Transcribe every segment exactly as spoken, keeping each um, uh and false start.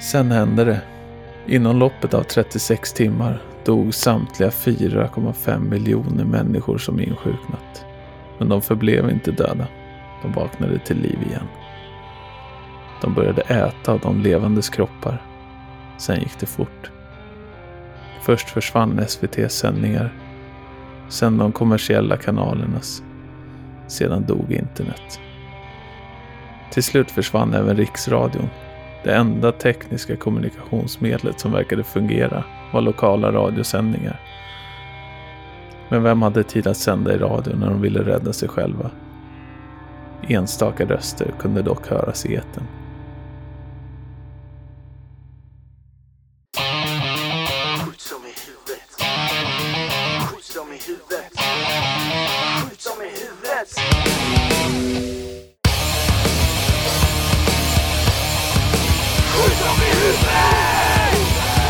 Sen hände det. Inom loppet av trettiosex timmar dog samtliga fyra komma fem miljoner människor som insjuknat. Men de förblev inte döda. De vaknade till liv igen. De började äta av de levandes kroppar. Sen gick det fort. Först försvann S V T:s sändningar. Sen de kommersiella kanalernas. Sedan dog internet. Till slut försvann även riksradion. Det enda tekniska kommunikationsmedlet som verkade fungera var lokala radiosändningar. Men vem hade tid att sända i radio när de ville rädda sig själva? Enstaka röster kunde dock höras i etern. Skjut som i huvudet. Skjut som i huvudet. Skjut som i huvudet. Skjut som i huvudet.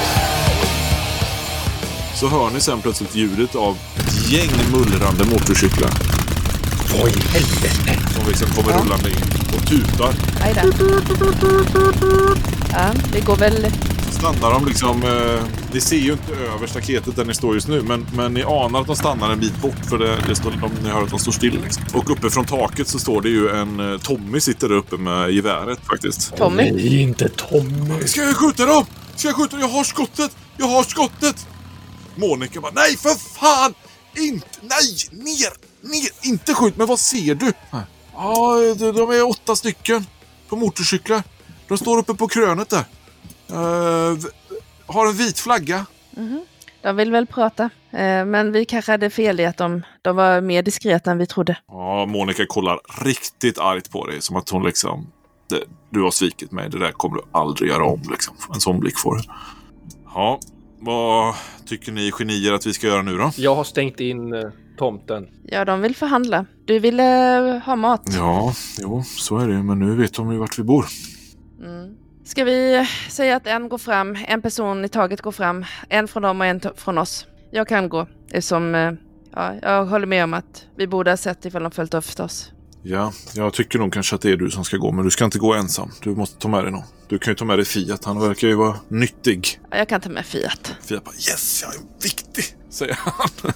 Så hör ni sen plötsligt ljudet av ett gäng mullrande motorcyklar. Oj, helvete. Som liksom kommer ja. rullande in och tutar. Aj då. Ja, det går väl... Stannar de liksom... Eh, ni ser ju inte över staketet där ni står just nu. Men, men ni anar att de stannar en bit bort. För det, det står, de, ni hör att de står still. Liksom. Och uppe från taket så står det ju en... Tommy sitter där uppe med geväret faktiskt. Tommy? Nej, inte Tommy. Ska jag skjuta dem? Ska jag skjuta dem? Jag har skottet! Jag har skottet! Monica bara, nej för fan! Inte, nej, ner! Ner, inte skjut, men vad ser du? Ja, de, de är åtta stycken på motorcyklar. De står uppe på krönet där. Uh, har en vit flagga. Mm-hmm. De vill väl prata. Uh, men vi kanske hade fel i att de, de var mer diskreta än vi trodde. Ja, Monica kollar riktigt argt på dig. Som att hon liksom, det, du har svikit mig. Det där kommer du aldrig göra om liksom. En sån blick får du. Ja, vad tycker ni genier att vi ska göra nu då? Jag har stängt in uh, tomten. Ja, de vill förhandla. Du ville uh, ha mat. Ja, jo, så är det. Men nu vet de ju vart vi bor. Mm. Ska vi säga att en går fram, en person i taget går fram, en från dem och en t- från oss. Jag kan gå, som, ja, jag håller med om att vi borde ha sett ifall de följt upp förstås. Ja, jag tycker nog kanske att det är du som ska gå, men du ska inte gå ensam. Du måste ta med dig någon. Du kan ju ta med dig Fiat, han verkar ju vara nyttig. Ja, jag kan ta med Fiat. Fiat bara, yes, jag är viktig, säger han.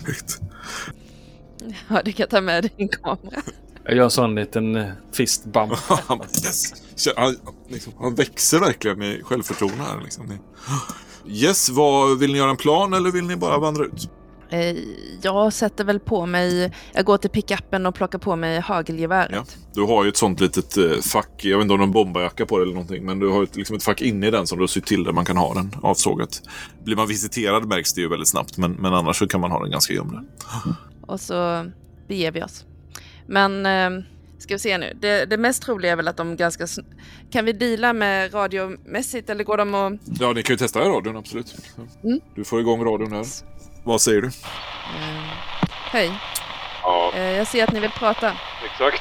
Ja, du kan ta med din kamera. Jag gör en sån liten fistbump. Han bara, yes. Han, liksom, han växer verkligen med självförtroende här. Liksom. Yes, vad, vill ni göra en plan eller vill ni bara vandra ut? Jag sätter väl på mig, jag går till pickuppen och plockar på mig hagelgeväret. Ja, du har ju ett sånt litet eh, fack, jag vet inte om du har en bomberjacka på det eller någonting, men du har ett, liksom ett fack inne i den som du har sytt till där man kan ha den avsågat. Blir man visiterad märks det ju väldigt snabbt, men, men annars så kan man ha den ganska gömd. Och så beger vi oss. Men eh, ska vi se nu, det, det mest troliga är väl att de ganska... Sn- kan vi deala med radiomässigt eller går de och... Ja, ni kan ju testa i radion, absolut. Mm. Du får igång radion här. Vad säger du? Eh, hej. Ja. Eh, jag ser att ni vill prata. Exakt.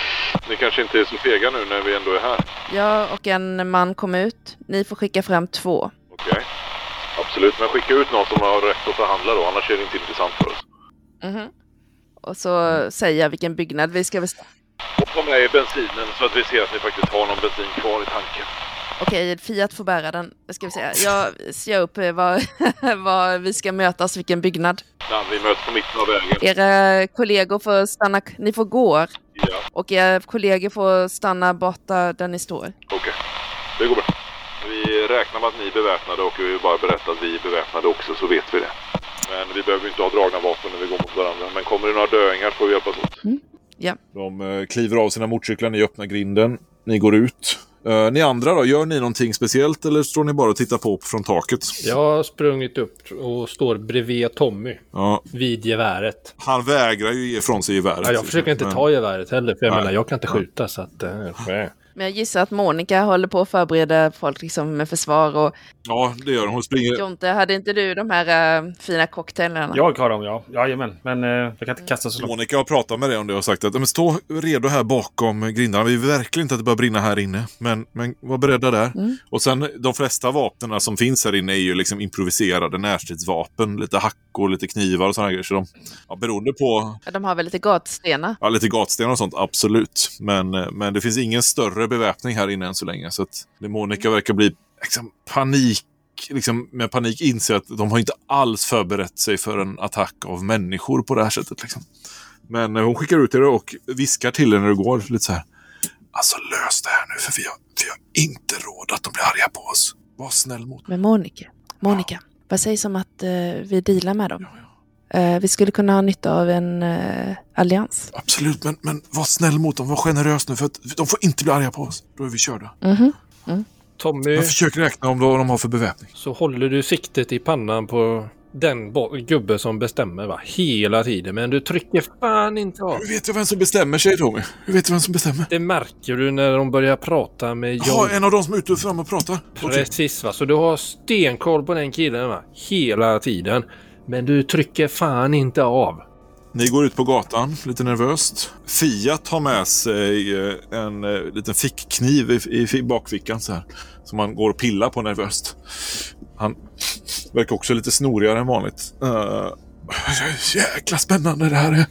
Ni kanske inte är så fega nu när vi ändå är här. Jag och en man kom ut. Ni får skicka fram två. Okej. Okay. Absolut, men skicka ut någon som har rätt att förhandla då. Annars är det inte intressant för oss. Mhm. Och så säger jag vilken byggnad vi ska bestämma. Och ta med i bensinen så att vi ser att ni faktiskt har någon bensin kvar i tanken. Okej, Fiat får bära den. Det ska vi säga. Jag ser upp var, var vi ska mötas, vilken byggnad. Ja, vi möts på mitten av vägen. Era kollegor får stanna, ni får gå. Ja. Och era kollegor får stanna borta där ni står. Okej, okay. Det går bra. Vi räknar med att ni är beväpnade och vi vill bara berätta att vi är beväpnade också, så vet vi det. Men vi behöver inte ha dragna vapen när vi går mot varandra. Men kommer det några döingar får vi hjälpas åt. Mm. Ja. De eh, kliver av sina motorcyklar, ni öppnar grinden, ni går ut. Uh, ni andra då, gör ni någonting speciellt eller står ni bara och tittar på från taket? Jag har sprungit upp och står bredvid Tommy ja. vid geväret. Han vägrar ju ge från sig geväret. Ja, jag försöker inte men... ta geväret heller, för jag Nej. menar, jag kan inte skjuta så att... Uh, Men jag gissar att Monica håller på att förbereda folk liksom med försvar och... Ja, det gör hon. Hon springer... Jonte, hade inte du de här uh, fina cocktailerna? Jag har dem, ja. Jajamän. Men uh, jag kan inte kasta så långt. Monica har pratat med dig om det och sagt att men stå redo här bakom grindarna. Vi vill verkligen inte att det börjar brinna här inne. Men, men var beredda där. Mm. Och sen, de flesta vapnen som finns här inne är ju liksom improviserade närstridsvapen. Lite hackor, lite knivar och sådana grejer. Så de, ja, beroende på... Ja, de har väl lite gatstenar? Ja, lite gatstenar och sånt, absolut. Men, men det finns ingen större beväpning här inne än så länge. Så att det Monica verkar bli liksom panik, liksom med panik inser att de har inte alls förberett sig för en attack av människor på det här sättet liksom. Men hon skickar ut er och viskar till er när det går lite så här. Alltså lös det här nu, för vi har, vi har inte råd att de blir arga på oss. Var snäll mot Men Monica, Monica, ja. Vad sägs om att uh, vi dealar med dem? Ja, ja. Uh, vi skulle kunna ha nytta av en uh, allians. Absolut, men, men var snäll mot dem, var generös nu, för att de får inte bli arga på oss. Då är vi körda. Mhm. Mm. Tommy, jag försöker räkna om vad de har för beväpning. Så håller du siktet i pannan på den bo- gubbe som bestämmer va? Hela tiden. Men du trycker fan inte av. Hur vet jag vem som bestämmer sig, Tommy? Hur vet jag vem som bestämmer? Det märker du när de börjar prata med John. Ja, en av dem som är ute och fram och pratar. Precis va? Så du har stenkoll på den killen va? Hela tiden. Men du trycker fan inte av. Ni går ut på gatan, lite nervöst. Fiat har med sig en eh, liten fickkniv i, i bakfickan så här. Som man går och pillar på nervöst. Han verkar också lite snorigare än vanligt. Uh, jäkla spännande det här är.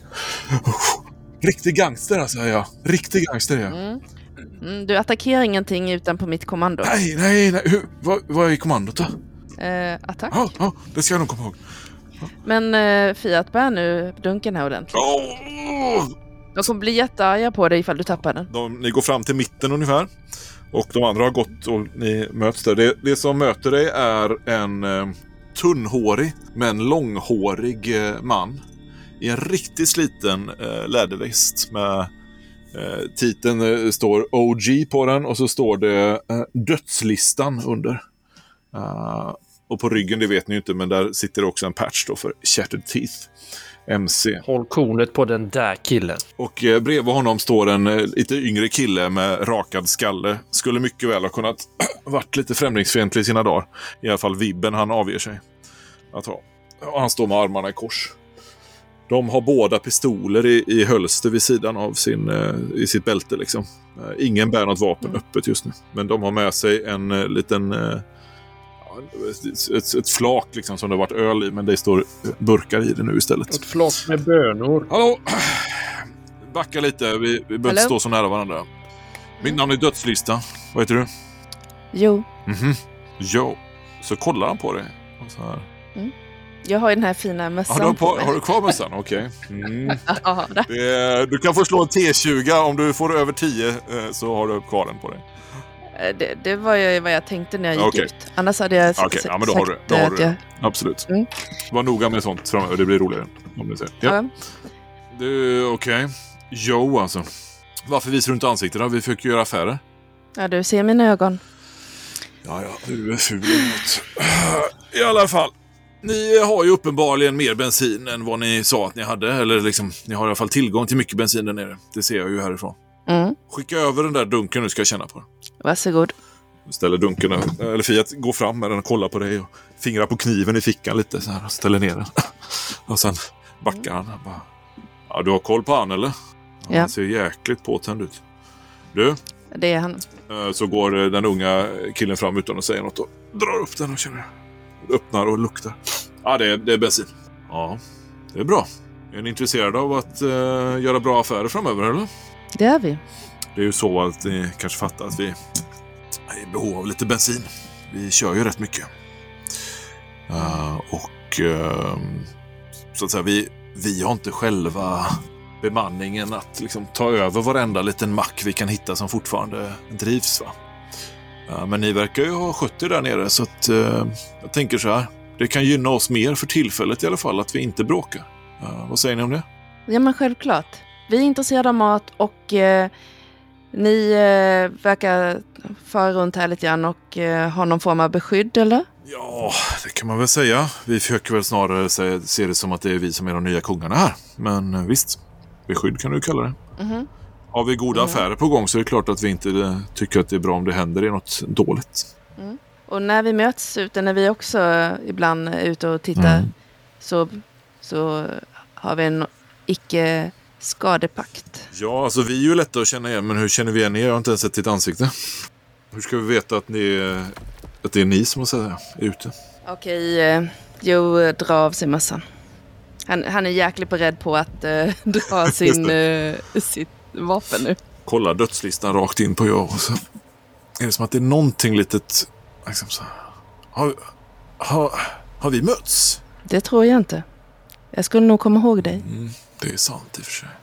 Riktig gangster alltså, ja. Riktig gangster, ja. Mm. Mm, du attackerar ingenting utan på mitt kommando. Nej, nej, nej. Hur, vad, vad är kommandot då? Uh, attack. Ja, ja, det ska jag nog komma ihåg. Men uh, Fiat bär nu dunken här ordentligt. Oh! De kommer bli jättearga på dig ifall du tappar den. De, ni går fram till mitten ungefär. Och de andra har gått och ni möts där. Det, det som möter dig är en eh, tunnhårig men långhårig eh, man. I en riktigt sliten eh, läderväst med eh, titeln eh, står O G på den. Och så står det eh, dödslistan under. Uh, och på ryggen, det vet ni ju inte, men där sitter också en patch då för Shattered Teeth. M C. Håll kornet på den där killen. Och eh, bredvid honom står en eh, lite yngre kille med rakad skalle. Skulle mycket väl ha kunnat varit lite främlingsfientlig i sina dagar. I alla fall vibben han avger sig att ha. Och han står med armarna i kors. De har båda pistoler i, i hölster vid sidan av sin, eh, i sitt bälte liksom. Eh, ingen bär något vapen mm. öppet just nu. Men de har med sig en eh, liten... Eh, Ett, ett flak liksom som det har varit öl i, men det står burkar i det nu istället. Ett flak med bönor. Hallå! Backa lite, vi, vi behöver inte stå så nära varandra. Mitt namn är Dödslista. Vad heter du? Jo. Mhm. Jo. Så kollar han på dig. Och så här. Mm. Jag har ju den här fina mössan. Ja, du har, på på, har du kvar mössan? Okej. Okay. Mm. Ja, det, du kan få slå en T tjugo. Om du får över tio så har du kvar den på dig. Det, det var ju vad jag tänkte när jag gick okay. ut. Annars hade jag Okej, okay. ja, men då har du, då har du jag... Absolut. Mm. Var noga med sånt framöver, det blir roligare. Om du säger. Ja. Ja. Du, okej. Okay. Jo, alltså. Varför visar du inte ansiktet då? Vi fick ju göra affärer. Ja, du ser mina ögon. Ja, ja, du är ful emot. I alla fall. Ni har ju uppenbarligen mer bensin än vad ni sa att ni hade. Eller liksom, ni har i alla fall tillgång till mycket bensin där nere. Det ser jag ju härifrån. Mm. Skicka över den där dunken nu ska jag känna på. Varsågod. Ställer dunken, eller Fiat går fram med den och kollar på dig och fingrar på kniven i fickan lite så här och ställer ner den. Och sen backar han. han bara, ja, du har koll på han eller? Ja, ja. Han ser jäkligt påtänd ut. Du? Det är han. Så går den unga killen fram utan att säga något och drar upp den och känner. Öppnar och luktar. Ja, det är, det är bensin. Ja, det är bra. Är ni intresserade av att uh, göra bra affärer framöver eller? Det är vi. Det är ju så att ni kanske fattar att vi är i behov av lite bensin. Vi kör ju rätt mycket. Uh, och uh, så att säga, vi, vi har inte själva bemanningen att liksom ta över varenda liten mack vi kan hitta som fortfarande drivs va. Uh, men ni verkar ju ha skött er där nere så att uh, jag tänker så här. Det kan gynna oss mer för tillfället i alla fall att vi inte bråkar. Uh, vad säger ni om det? Ja men självklart. Vi är intresserade av mat och eh, ni eh, verkar fara runt här lite grann och eh, ha någon form av beskydd, eller? Ja, det kan man väl säga. Vi försöker väl snarare se, se det som att det är vi som är de nya kungarna här. Men eh, visst, beskydd kan du kalla det. Mm-hmm. Har vi goda mm. affärer på gång så är det klart att vi inte eh, tycker att det är bra om det händer i något dåligt. Mm. Och när vi möts ute, när vi också ibland är ute och tittar mm. så, så har vi en icke... skadepakt. Ja, alltså vi är ju lätta att känna igen, men hur känner vi igen er? Jag har inte ens sett ditt ansikte. Hur ska vi veta att, ni, att det är ni som så säga, är ute? Okej, eh, Jo drar av sig mössan. Han, han är jäkligt beredd på att eh, dra sin, eh, sitt vapen nu. Kolla dödslistan rakt in på jag och så är det som att det är någonting litet liksom så här. Har, har, har vi mötts? Det tror jag inte. Jag skulle nog komma ihåg dig. Mm, det är sant i och för sig.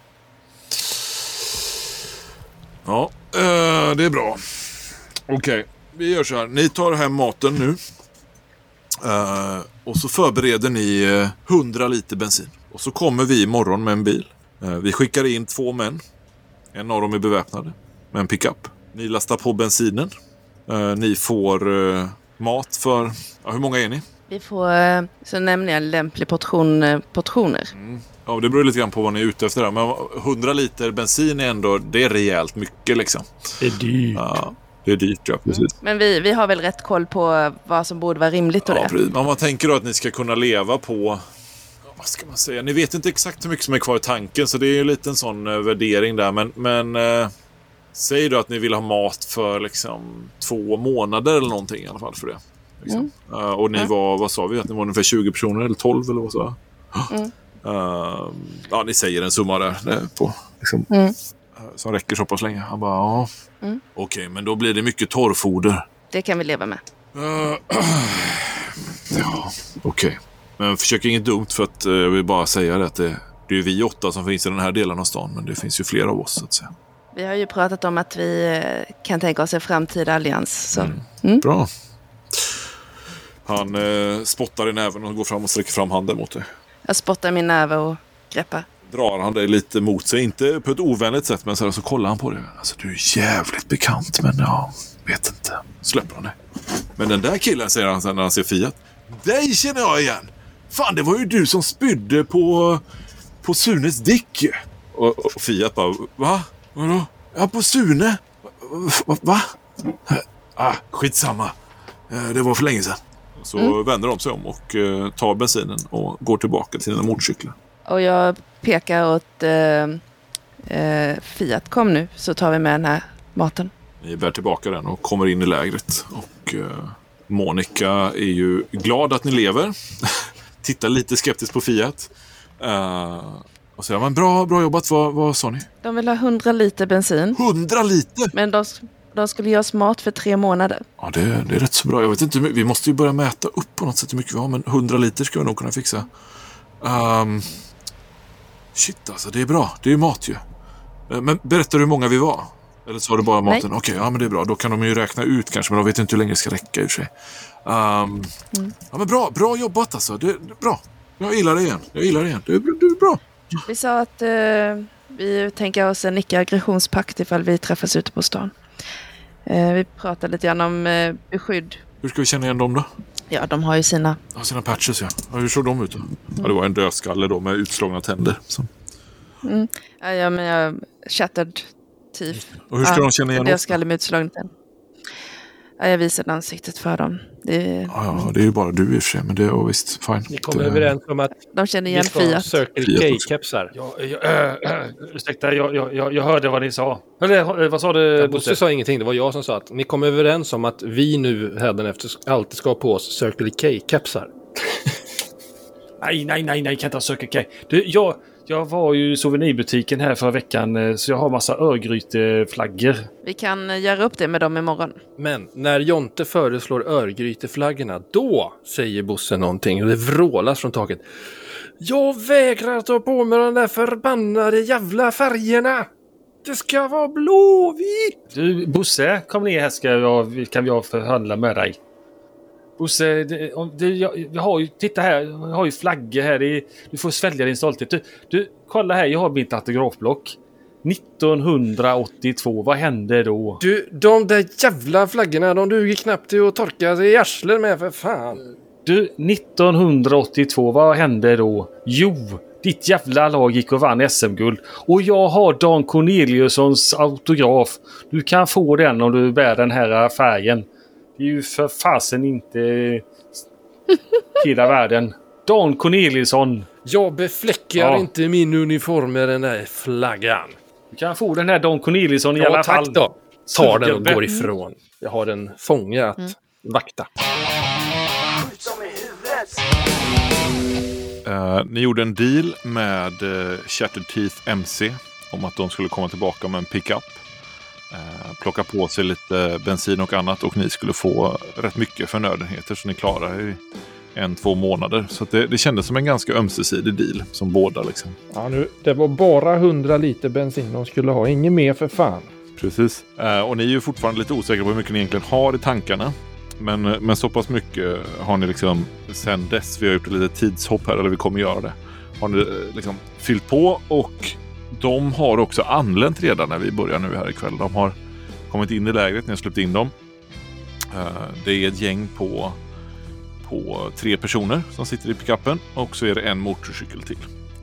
Ja, eh, det är bra. Okej, okay, vi gör så här. Ni tar hem maten nu. Uh, och så förbereder ni uh, hundra liter bensin. Och så kommer vi imorgon med en bil. Uh, vi skickar in två män. En av dem är beväpnade med en pickup. Ni lastar på bensinen. Uh, ni får uh, mat för... Ja, hur många är ni? Vi får, uh, så nämner jag en lämplig portion uh, portioner. Mm. Ja, det beror lite grann på vad ni är ute efter där. Men hundra liter bensin är ändå... Det är rejält mycket liksom. Det är dyrt. Uh, Det är dyrt, ja, precis. Mm. Men vi, vi har väl rätt koll på vad som borde vara rimligt och ja, det. Precis. Men man tänker då att ni ska kunna leva på... Vad ska man säga? Ni vet inte exakt hur mycket som är kvar i tanken, så det är ju lite en sån uh, värdering där. Men, men uh, säg då att ni vill ha mat för liksom två månader eller någonting i alla fall för det. Liksom. Mm. Uh, och ni ja. var, vad sa vi? Att ni var ungefär tjugo personer eller tolv eller vad så? Mm. Uh, ja, ni säger en summa där, där på liksom... Mm. Som räcker så pass länge. Han bara, ja. Mm. Okej, okay, men då blir det mycket torrfoder. Det kan vi leva med. Uh, ja, okej. Okay. Men försök inget dumt för att uh, jag vill bara säga det att det, det är vi åtta som finns i den här delen av stan. Men det finns ju flera av oss, så att säga. Vi har ju pratat om att vi uh, kan tänka oss en framtida allians. Så. Mm. Mm. Bra. Han uh, spottar i näven och går fram och sträcker fram handen mot dig. Jag spottar min näve och greppar. Drar han dig lite mot sig, inte på ett ovänligt sätt, men så, så kollar han på dig. Alltså, du är jävligt bekant, men ja, vet inte. Släpper han det. Men den där killen, säger han sen när han ser Fiat. Dig känner jag igen. Fan, det var ju du som spydde på på Sunes dick. Och, och Fiat bara, va? Vadå? Ja, på Sune. Va? va? Ah, skitsamma. Det var för länge sedan. Så mm. vänder de sig om och uh, tar bensinen och går tillbaka till sina motorcyklar. Och jag pekar åt eh, eh, Fiat, kom nu så tar vi med den här maten. Ni bär tillbaka den och kommer in i lägret. Och eh, Monica är ju glad att ni lever. Tittar lite skeptiskt på Fiat. Uh, och säger, men bra, bra jobbat, vad, vad sa ni? De vill ha hundra liter bensin. Hundra liter? Men de, de skulle ge oss mat för tre månader. Ja, det, det är rätt så bra. Jag vet inte, vi måste ju börja mäta upp på något sätt hur mycket vi har. Men hundra liter ska vi nog kunna fixa. Um, shit alltså, det är bra. Det är ju mat ju. Men berättar du hur många vi var? Eller så var det bara maten? Okej, okay, ja men det är bra. Då kan de ju räkna ut kanske, men de vet inte hur länge det ska räcka i sig. Um, mm. Ja men bra, bra jobbat alltså. Det, det, bra. Jag gillar det igen. Jag gillar det igen. Det, det är bra. Vi sa att uh, vi tänker oss en icke-aggressionspakt ifall vi träffas ute på stan. Uh, vi pratade lite grann om uh, beskydd. Hur ska vi känna igen dem då? Ja, de har ju sina... Ja, sina patches, ja. ja. Hur såg de ut då? Mm. Ja, det var en dödskalle då med utslagna tänder. Så. Mm. Ja, ja, men jag... Shattered teeth. Och hur ska ja, de känna igen dödskalle med utslagna tänder. Ja, jag visade ansiktet för dem. Det är... Ja, ja, det är ju bara du i och för sig, men det är visst fine. Ni kommer det... överens om att de känner igen Fiat. Circle K-kepsar. Ja, jag, äh, äh, ursäkta, jag, jag, jag hörde vad ni sa. Eller vad sa du? Bosse sa ingenting, det var jag som sa att ni kommer överens om att vi nu hädanefter alltid ska ha på oss Circle K-kepsar. nej, nej, nej, nej, kan inte ha Circle K. Du, jag... Jag var ju i souvenirbutiken här förra veckan, så jag har massa Örgryteflaggor. Vi kan göra upp det med dem imorgon. Men när Jonte föreslår Örgryteflaggorna, då säger Bosse någonting och det vrålas från taket. Jag vägrar ta på mig de där förbannade jävla färgerna. Det ska vara blåvitt. Du, Bosse, kom ner här ska jag, kan jag förhandla med dig. Bosse, det, det, jag, jag har ju, titta här, jag har ju flaggor här, det är, du får svälja din stolthet. Du, du, kolla här, jag har mitt autografblock. nittonhundraåttiotvå, vad hände då? Du, de där jävla flaggorna, de duger knappt till att torka sig i arslen med, för fan. Du, nittonhundraåttiotvå, vad hände då? Jo, ditt jävla lag gick och vann S M-guld. Och jag har Dan Corneliussons autograf. Du kan få den om du bär den här färgen. Det är ju för fasen inte hela världen. Dan Corneliusson. Jag befläckar ja. inte min uniform med den där flaggan. Du kan få den här Dan Corneliusson i ja, alla tack fall. Då. Tar den och går ifrån. Jag har en fånge att mm. vakta. Uh, ni gjorde en deal med uh, Shattered Teeth M C om att de skulle komma tillbaka med en pickup. eh, plocka på sig lite bensin och annat och ni skulle få rätt mycket förnödenheter så ni klarar i en, två månader. Så att det, det kändes som en ganska ömsesidig deal som båda liksom. Ja, nu, det var bara hundra liter bensin de skulle ha, inget mer för fan. Precis. Eh, och ni är ju fortfarande lite osäkra på hur mycket ni egentligen har i tankarna. Men, men så pass mycket har ni liksom sen dess, vi har gjort ett litet tidshopp här, eller vi kommer göra det. Har ni liksom fyllt på och de har också anlänt redan när vi börjar nu här ikväll. De har kommit in i lägret, ni har släppt in dem. Eh, det är ett gäng på, på tre personer som sitter i pickuppen och så är det en motorcykel till.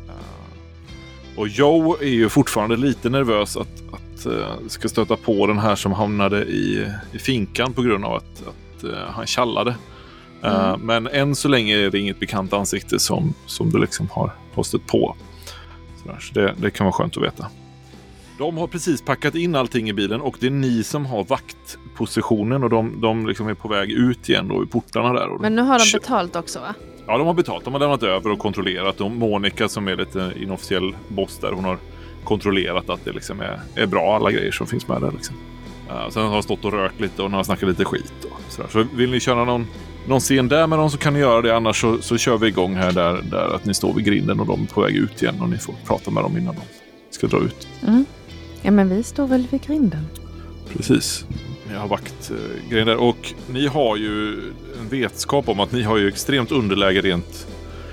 Eh, och Joe är ju fortfarande lite nervös att, att uh, ska stöta på den här som hamnade i, i finkan på grund av att, att uh, han tjallade. Uh, mm. Men än så länge är det inget bekant ansikte som, som du liksom har postat på. Så det, det kan vara skönt att veta. De har precis packat in allting i bilen och det är ni som har vaktpositionen och de, de liksom är på väg ut igen då i portarna där. Och Men nu har de betalt också, va? Ja, de har betalt. De har lämnat över och kontrollerat. Och Monica som är lite inofficiell boss där, hon har kontrollerat att det liksom är, är bra alla grejer som finns med där liksom. Uh, sen har de stått och rökt lite och har snackat lite skit och sådär. Så vill ni köra någon, någon scen där med dem så kan ni göra det. Annars så, så kör vi igång här där, där att ni står vid grinden och de är på väg ut igen och ni får prata med dem innan de ska dra ut. Mm. Ja, men vi står väl vid grinden. Precis. Ni har vaktgrejen där och ni har ju en vetskap om att ni har ju extremt underläge rent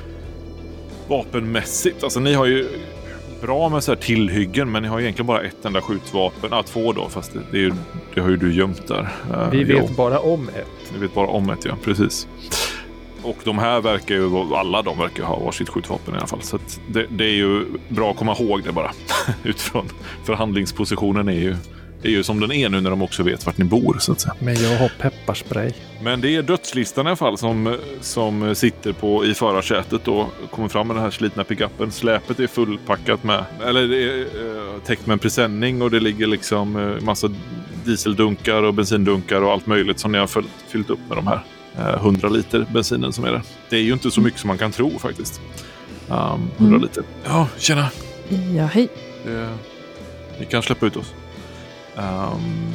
vapenmässigt. Alltså ni har ju bra med så här tillhyggen, men ni har egentligen bara ett enda skjutvapen. Ja, två då, fast det, det, är ju, det har ju du gömt där. Vi uh, vet jo. bara om ett. Vi vet bara om ett, ja, precis. Och de här verkar ju, alla de verkar ha varsitt skjutvapen i alla fall. Så att det, det är ju bra att komma ihåg det bara. Utifrån förhandlingspositionen är ju, är ju som den är nu när de också vet vart ni bor, så att säga. Men jag har pepparspray. Men det är dödslistan i alla fall som, som sitter på i förarsätet och kommer fram med den här slitna pickuppen. Släpet är fullpackat med, eller det är eh, täckt med en presenning och det ligger liksom eh, massa dieseldunkar och bensindunkar och allt möjligt som ni har fyllt, fyllt upp med de här eh, hundra liter bensinen som är där. Det är ju inte så mycket som man kan tro faktiskt. Um, hundra mm. liter. Ja, tjena. Ja, hej. Det, ni kan släppa ut oss. Um,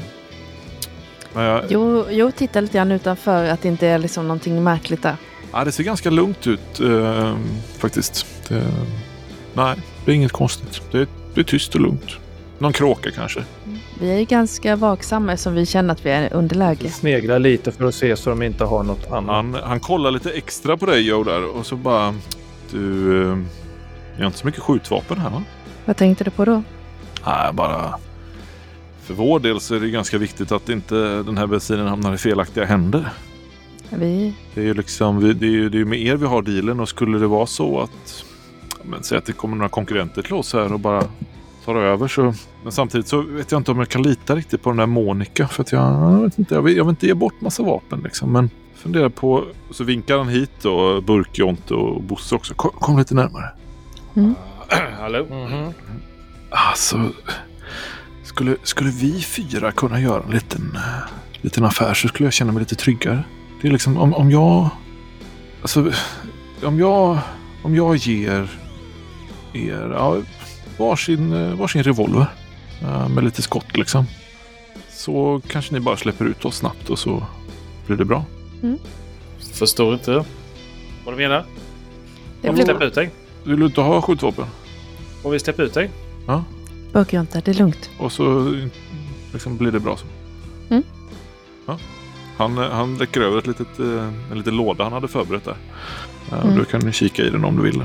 jag, jo, jo, titta lite grann utanför att det inte är liksom någonting märkligt där. Ja, det ser ganska lugnt ut uh, faktiskt. Det, nej, det är inget konstigt. Det, det är tyst och lugnt. Någon kråka kanske. Vi är ganska vaksamma som vi känner att vi är underläge. Sneglar lite för att se så de inte har något annat. Han, han kollar lite extra på dig, Joe, där. Och så bara, du, uh, jag har inte så mycket skjutvapen här, va? Vad tänkte du på då? Nej, bara... För vår del så är det ganska viktigt att inte den här bensinen hamnar i felaktiga händer. Vi... Det är ju liksom, det är ju, det är med er vi har dealen och skulle det vara så att, men säg att det kommer några konkurrenter till oss här och bara tar över så, men samtidigt så vet jag inte om jag kan lita riktigt på den där Monica för att jag, jag vet inte, jag vill, jag vill inte ge bort massa vapen liksom, men funderar på, så vinkar han hit och Burkjont och Bosse också, kom, kom lite närmare. Mm. Hallå? Mm-hmm. Alltså... Skulle, skulle vi fyra kunna göra en liten, liten affär så skulle jag känna mig lite tryggare. Det är liksom, om, om jag... Alltså, om jag... Om jag ger er ja, varsin, varsin revolver med lite skott liksom. Så kanske ni bara släpper ut oss snabbt och så blir det bra. Mm. Förstår inte vad du menar. Om vi släpper ut dig. Vill du inte ha skjutvapen? Om vi släpper ut dig? Ja. Böker inte, det är lugnt. Och så liksom blir det bra så. Mm. Ja. Han, han läcker över ett litet, en liten låda han hade förberett där. Mm. Du kan du kika i den om du vill.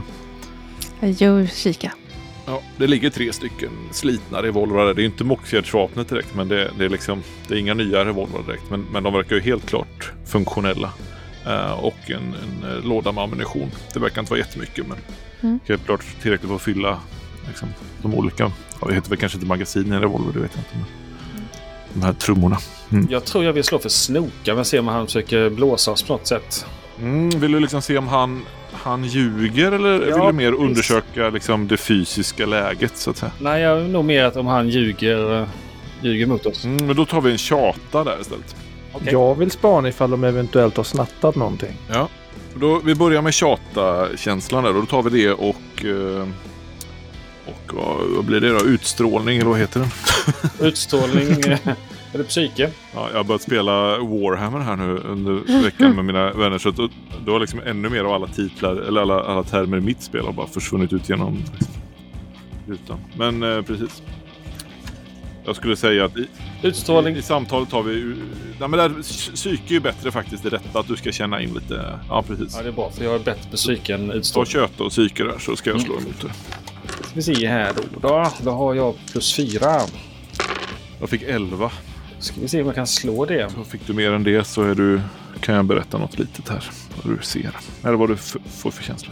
Jo, kika. Ja, det ligger tre stycken slitna revolvrar där. Det är ju inte mockfjärdsvapnet direkt, men det, det är liksom, det är inga nya revolvrar direkt. Men, men de verkar ju helt klart funktionella. Uh, och en, en låda med ammunition. Det verkar inte vara jättemycket, men mm. helt klart tillräckligt för att fylla liksom, de olika. Ja, det heter väl kanske inte magasin i en revolver, det vet jag inte. Men de här trummorna. Mm. Jag tror jag vill slå för snoka, men se om han försöker blåsa oss på något sätt. Mm, vill du liksom se om han, han ljuger eller ja, vill du mer visst. undersöka liksom, det fysiska läget så att säga? Nej, jag är nog mer att om han ljuger, ljuger mot oss. Mm, men då tar vi en tjata där istället. Okay. Jag vill spana ifall de eventuellt har snattat någonting. Ja, då, vi börjar med tjata-känslan där. Då tar vi det och... Eh, Och vad, vad blir det då? Utstrålning eller vad heter den? Utstrålning eller psyke. Ja, jag har börjat spela Warhammer här nu under veckan med mina vänner. Så då, då har liksom ännu mer av alla titlar eller alla, alla termer i mitt spel har bara försvunnit ut genom utan. Men eh, precis. Jag skulle säga att i, Utstrålning. i, i samtalet har vi... Nej, men där, psyke är ju bättre faktiskt. Det rätta att du ska känna in lite... Ja, precis. Ja, det är bra. För jag är bättre på psyke än Ta utstrålning. köta och psyke där så ska jag slå emot det. Ska vi se här då. Då, då har jag plus fyra. Jag fick elva. Ska vi se om jag kan slå det. Så fick du mer än det så är du, kan jag berätta något litet här. Vad du ser. Eller vad du f- får för känsla.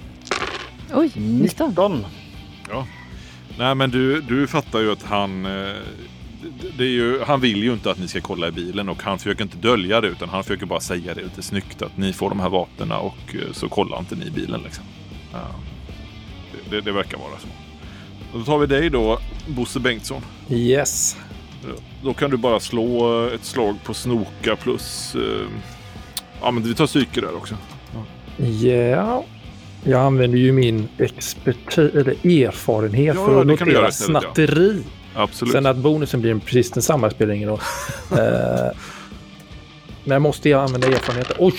Oj, nitton. nitton. Ja. Nej, men du, du fattar ju att han... Eh, det, det är ju, han vill ju inte att ni ska kolla i bilen och han försöker inte dölja det utan han försöker bara säga det lite snyggt att ni får de här vapnena och eh, så kollar inte ni i bilen liksom. Ja. Det, det, det verkar vara så. Och då tar vi dig då, Bosse Bengtsson. Yes. Då kan du bara slå ett slag på snoka plus... Eh, ja, men vi tar psyke där också. Ja. Jag använder ju min expertis eller erfarenhet Ja, för att det kan du notera göra istället, ja. snatteri. Absolut. Sen att bonusen blir precis densamma spelar ingen roll. uh, men måste jag använda erfarenheten? Oj!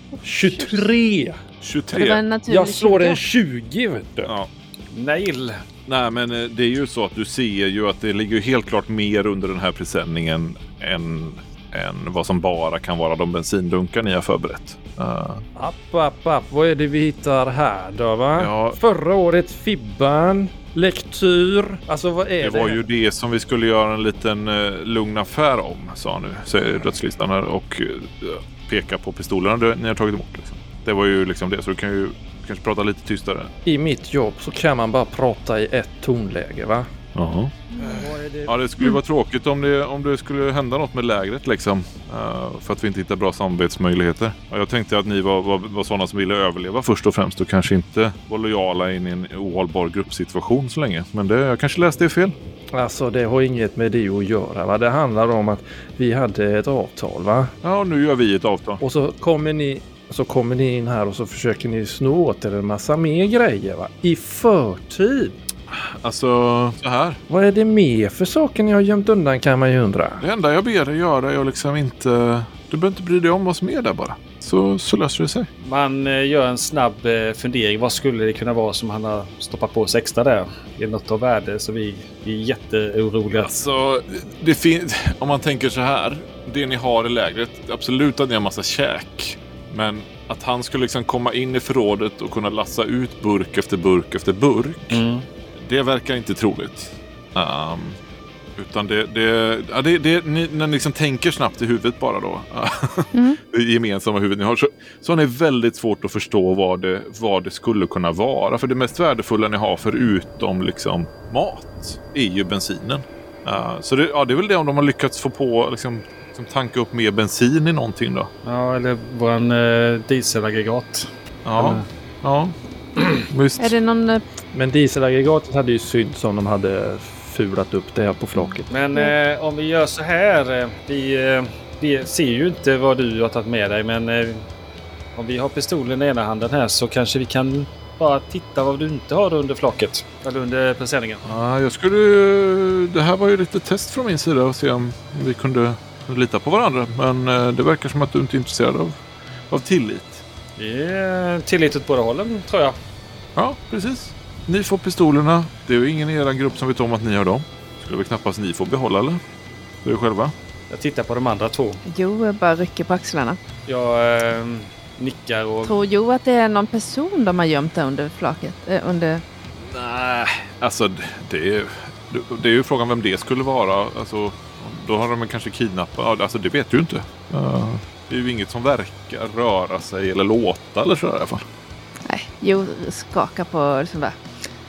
tjugotre! tjugotre. Det var en naturlig Jag slår en tjugo. tjugo, vet du. Ja. Nail. Nej, men eh, det är ju så att du ser ju att det ligger ju helt klart mer under den här presenningen än, än vad som bara kan vara de bensindunkar ni har förberett. Uh. App, app, app. Vad är det vi hittar här då, va? Ja. Förra året Fibban, lektyr. Alltså vad är Det det? var ju det som vi skulle göra en liten uh, lugn affär om, sa nu, säger dödslistan här och uh, pekar på pistolerna du, ni har tagit emot. Liksom. Det var ju liksom det, så du kan ju kanske prata lite tystare. I mitt jobb så kan man bara prata i ett tonläge, va? Jaha. Vad är det? Ja, det skulle vara tråkigt om det, om det skulle hända något med lägret liksom. Uh, för att vi inte hittar bra samarbetsmöjligheter. Och jag tänkte att ni var, var, var sådana som ville överleva först och främst och kanske inte var lojala in i en ohållbar gruppsituation så länge. Men det, jag kanske läste det fel. Alltså det har inget med det att göra, va? Det handlar om att vi hade ett avtal, va? Ja, nu gör vi ett avtal. Och så kommer ni, så kommer ni in här och så försöker ni sno åt er en massa mer grejer, va? I förtid. Alltså, så här. Vad är det mer för saker ni har gömt undan, kan man ju undra. Det enda jag ber dig göra är liksom inte... Du behöver inte bry dig om vad som är där bara. Så, så löser det sig. Man eh, gör en snabb eh, fundering. Vad skulle det kunna vara som han har stoppat på sig extra där? Är det något av värde så vi, vi är jätteoroliga? Alltså, det finns... Om man tänker så här. Det ni har i lägret, absolut att ni har massa käk. Men att han skulle liksom komma in i förrådet och kunna lassa ut burk efter burk efter burk. Mm. Det verkar inte troligt. Um, utan det... det, ja, det, det ni, när ni liksom tänker snabbt i huvudet bara då. Mm. Det gemensamma huvudet ni har. Så, så har ni väldigt svårt att förstå vad det, vad det skulle kunna vara. För det mest värdefulla ni har förutom liksom mat är ju bensinen. Uh, så det, ja, det är väl det om de har lyckats få på... Liksom, liksom tanka upp mer bensin i någonting då. Ja, eller våran eh, dieselaggregat. Ja, Eller... ja. Visst. Är det någon... eh, Men dieselaggregatet hade ju synd som de hade fulat upp det här på flaket. Men eh, om vi gör så här. Eh, vi, eh, vi ser ju inte vad du har tagit med dig. Men eh, om vi har pistolen i ena handen här så kanske vi kan bara titta vad du inte har under flaket. Eller under presenningen. Ja, jag skulle... Det här var ju lite test från min sida och se om vi kunde lita på varandra. Men eh, det verkar som att du inte är intresserad av, av tillit. Det är tillit åt båda hållen, tror jag. Ja, precis. Ni får pistolerna. Det är ju ingen i er grupp som vet om att ni har dem. Skulle väl knappast ni få behålla, eller? Det är själva. Jag tittar på de andra två. Jo, jag bara rycker på axlarna. Jag eh, nickar och... Tror Jo att det är någon person de har gömt där under flaket? Eh, under... Nej, alltså det är, det är ju frågan vem det skulle vara. Alltså, då har de kanske kidnappat. Alltså det vet du inte. Uh, det är ju inget som verkar röra sig eller låta eller så i alla fall. Nej, Jo skakar på liksom där.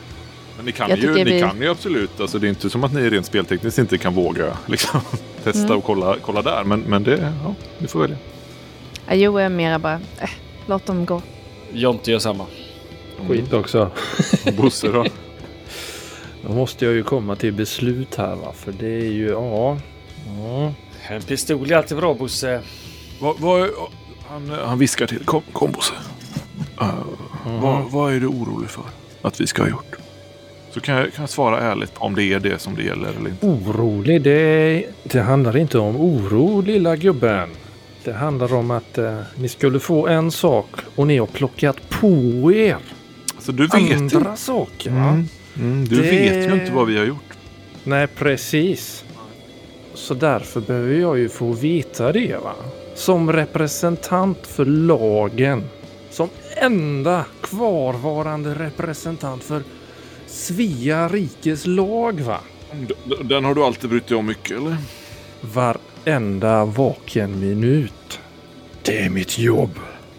Men ni kan, Jag ju, tycker ni vi- kan ju absolut. Alltså det är inte som att ni rent speltekniskt inte kan våga liksom, testa Mm. och kolla, kolla där. Men, men det, ja, ni får välja. Ja, Jo är mera bara, eh, låt dem gå. Jonte gör samma. Skit också. Och Bosse då? Då måste jag ju komma till beslut här, va? För det är ju, ja... ja. En pistol är alltid bra, Bosse. vad, vad, han, han viskar till. Kom, kom Bosse. Uh, Mhm. vad, vad är du orolig för att vi ska ha gjort? Så kan jag, kan jag svara ärligt på om det är det som det gäller eller inte. Orolig, det, det handlar inte om oro, lilla gubben. Det handlar om att eh, ni skulle få en sak och ni har plockat på er Så du vet andra inte. saker. Mm. Mm, du Det- vet ju inte vad vi har gjort. Nej, precis. Så därför behöver jag ju få veta det, va? Som representant för lagen. Som enda kvarvarande representant för Svea rikes lag, va? D- Den har du alltid brytt dig om mycket, eller? Varenda vaken minut. Det är mitt jobb.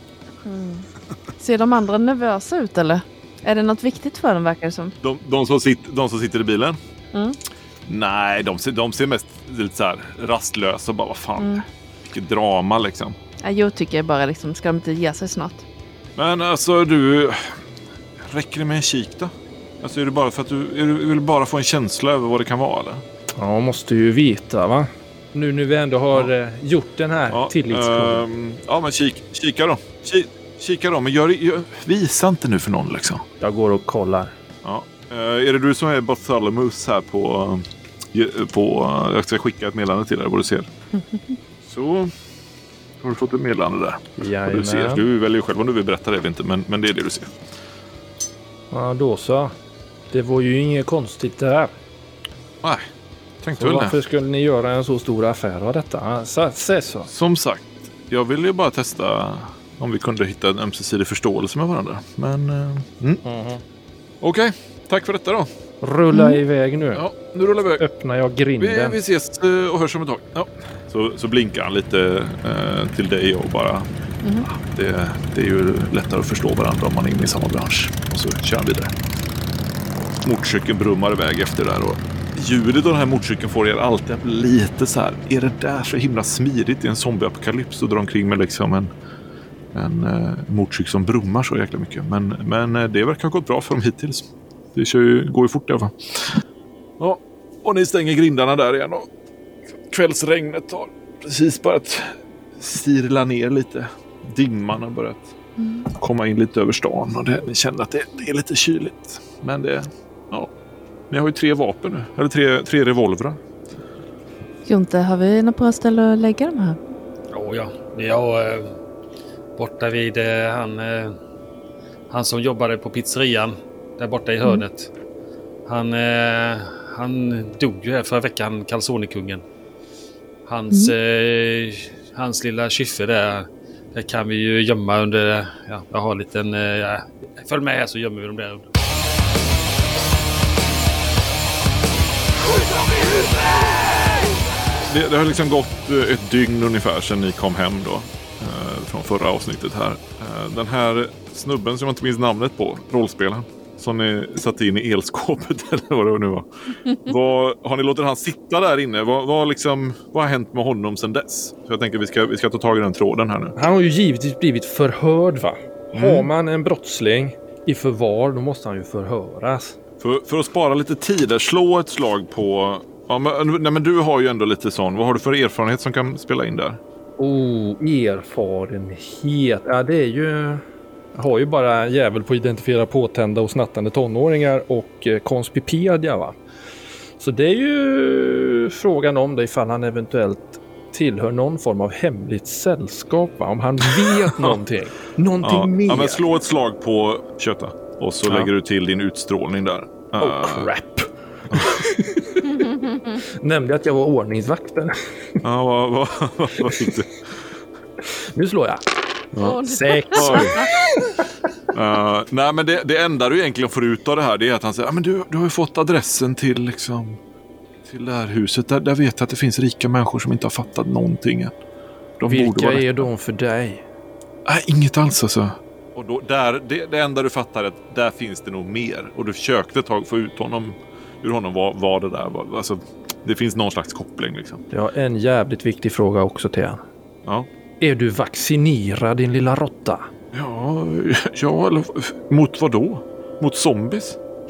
Ser de andra nervösa ut eller? Är det något viktigt för dem verkar det som? De, de, som, sit, de som sitter i bilen? Mm. Nej, de ser, de ser mest lite så här rastlösa och bara, vad fan, Mm. vilket drama liksom. Ja, jag tycker bara liksom, ska de inte ge sig snart? Men alltså du, räcker det med en kik då? Alltså är det bara för att du, är du vill bara få en känsla över vad det kan vara, eller? Ja, måste ju veta, va? Nu när vi ändå har Ja. eh, gjort den här Ja, tillitsproven. ehm, ja men kik, kika då. Ki, kika då, men gör, gör, visa inte nu för någon liksom. Jag går och kollar. Ja. Eh, är det du som är Bartholomeus här på, eh, på eh, jag ska skicka ett meddelande till dig vad du ser. Så har du fått ett meddelande där. Vad du ser. Jajamän. Du väljer ju själv om du vill berätta det eller inte, men, men det är det du ser. Ja, då så. Det var ju inget konstigt där. Nej, tänkte Så väl varför det. skulle ni göra en så stor affär av detta? Så, så, så. Som sagt, jag ville ju bara testa om vi kunde hitta en ömsesidig förståelse med varandra. Men, eh, mm. Mhm. okej. Tack för detta då. Rulla iväg nu. Ja, nu rullar vi iväg. Öppnar jag Vi, grinden. vi ses eh, och hörs om ett tag. Ja. Så, så blinkar han lite eh, till dig och bara... Ah, det, det är ju lättare att förstå varandra om man är inne i samma bransch. Och så kör han vidare. Motorcykeln brummar iväg efter där och ljudet av den här motorcykeln får er alltid att bli lite så här. Är det där så himla smidigt i en zombieapokalyps och drar omkring med liksom en, en eh, motorcykel som brummar så jäkla mycket. Men, men eh, det verkar ha gått bra för dem hittills. Det kör ju, går ju fort i alla fall. Ja, och ni stänger grindarna där igen och kvällsregnet har precis börjat sirla ner lite. Dimman har börjat komma in lite över stan och det, ni känner att det, det är lite kyligt. Men det, ja, ni har ju tre vapen nu, eller tre, tre revolvrar. Jonte, har vi något bra ställe att lägga dem här? Oh, ja, vi har eh, borta vid eh, han, eh, han som jobbade på pizzerian där borta i hörnet. Han, eh, han dog ju här förra veckan, Calzone-kungen. Hans, eh, hans lilla kyffe där, det kan vi ju gömma under, ja, jag har en liten, eh, ja, följ med här så gömmer vi dem där under. Det, det har liksom gått eh, ett dygn ungefär sedan ni kom hem då. Eh, från förra avsnittet här. Eh, den här snubben som jag inte minns namnet på, rollspelaren. Som ni satt in i elskåpet eller vad det nu var. Vad, har ni låtit han sitta där inne? Vad, vad, liksom, vad har hänt med honom sedan dess? Så jag tänker att vi ska, vi ska ta tag i den tråden här nu. Han har ju givetvis blivit förhörd, va? Mm. Har man en brottsling i förvar, då måste han ju förhöras. För, för att spara lite tid där, slå ett slag på... Ja, men, nej, men du har ju ändå lite sån. Vad har du för erfarenhet som kan spela in där? Oh, erfarenhet. Ja, det är ju... Jag har ju bara jävel på att identifiera påtända och snattande tonåringar och eh, konspipedia, va? Så det är ju frågan om det ifall han eventuellt tillhör någon form av hemligt sällskap, va? Om han vet någonting. Någonting Ja, mer. ja, men slå ett slag på köta. Och så Ja. lägger du till din utstrålning där. Oh, Eh, crap. Nämnde att jag var ordningsvakten. Ja, vad, vad, vad, vad fick du? Nu slår jag. Åh, Sex. Uh, nej, men det, det enda du egentligen får ut av det här, det är att han säger ah, men du, du har ju fått adressen till liksom, till det här huset. Där, där vet jag att det finns rika människor som inte har fattat någonting än. De borde Vilka vara är rätta. de för dig? Nej, inget alls alltså. Och då, där, det, det enda du fattar är att där finns det nog mer. Och du försökte ett tag få ut honom, ur honom vad, vad det där var. Alltså, det finns någon slags koppling liksom. Jag har en jävligt viktig fråga också till er. Ja. Är du vaccinerad, din lilla råtta? Ja, ja, eller mot vad då? Mot zombies?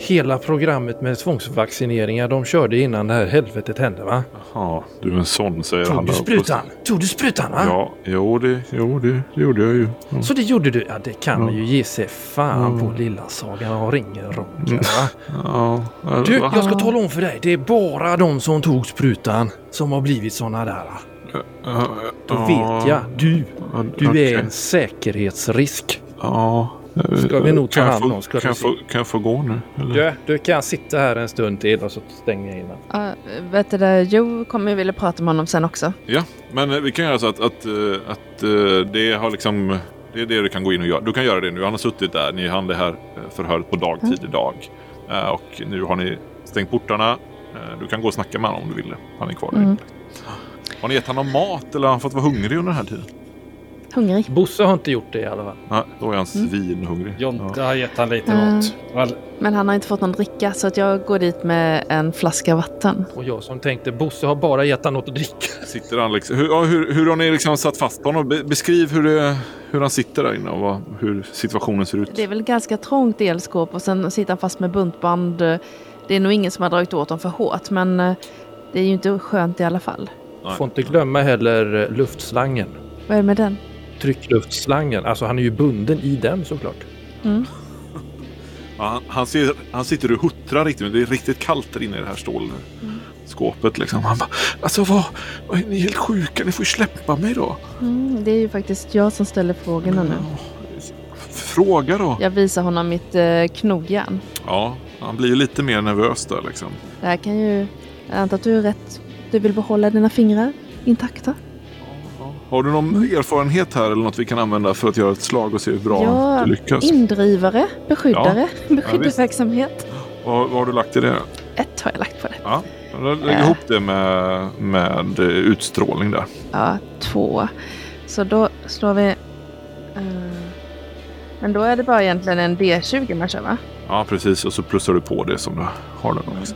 hela programmet med tvångsvaccineringar de körde innan det här helvetet hände, va? Ja, du är en sån, säger han. Tog du sprutan? Tog du sprutan, va? Ja, jo, det, jo det, det gjorde jag ju. Ja. Så det gjorde du? Ja, det kan Ja. man ju ge sig fan Ja. på lilla Sagan och ringer rockar, va? Ja, Du, va? jag ska tala om för dig. Det är bara de som tog sprutan som har blivit såna där. Ja, Då ja, vet jag. Du, ja, du okej. är en säkerhetsrisk. Ja. Ska vi nog ta Kan jag hand få- om, ska kan du jag se. få, kan jag få gå nu? Eller? Du, du kan sitta här en stund till och så stänger jag in den. Ja, vet du det, Jo kommer ju vilja prata med honom sen också. Ja, men eh, vi kan göra så att, att, eh, att eh, det har liksom... Det är det du kan gå in och göra. Du kan göra det nu. Han har suttit där. Ni hann det här eh, förhöret på dagtid idag. Eh, Och nu har ni stängt portarna. Eh, Du kan gå och snacka med honom om du vill det. Han är kvar där Mm. inne. Har ni gett honom mat eller har han fått vara hungrig under den här tiden? Hungrig. Bosse har inte gjort det i alla fall. Nej, då är han Mm. svinhungrig. Jonte har gett han lite Mm. mat. All... Men han har inte fått någon dricka så att jag går dit med en flaska vatten. Och jag som tänkte, Bosse har bara gett han något att dricka. Sitter han liksom, hur, ja, hur, hur har ni liksom satt fast på honom? Be, beskriv hur, det, hur han sitter där inne och vad, hur situationen ser ut. Det är väl ganska trångt elskåp och sen sitter han fast med buntband. Det är nog ingen som har dragit åt dem för hårt men det är ju inte skönt i alla fall. Nej. Får inte glömma heller luftslangen. Vad är det med den? Tryckluftslangen. Alltså han är ju bunden i den såklart. Mm. Ja, han, han, ser, han sitter och huttrar riktigt, men det är riktigt kallt där inne i det här stålskåpet. Liksom. Han bara, alltså vad, vad är ni helt sjuka? Ni får ju släppa mig då. Mm, det är ju faktiskt jag som ställer frågorna nu. Fråga då. Jag visar honom mitt eh, knogjärn. Ja, han blir ju lite mer nervös där liksom. Det här kan ju... Jag antar att du är rätt. Du vill behålla dina fingrar intakta? Har du någon erfarenhet här eller något vi kan använda för att göra ett slag och se hur bra Ja, du lyckas? indrivare, beskyddare, Ja, beskyddarverksamhet. Vad, vad har du lagt i det? Ett har jag lagt på det. Ja, lägg Äh. ihop det med, med eh, utstrålning där. Ja, två. Så då slår vi... eh, men då är det bara egentligen en D tjugo man kör, va? Ja, precis. Och så plussar du på det som du har där också.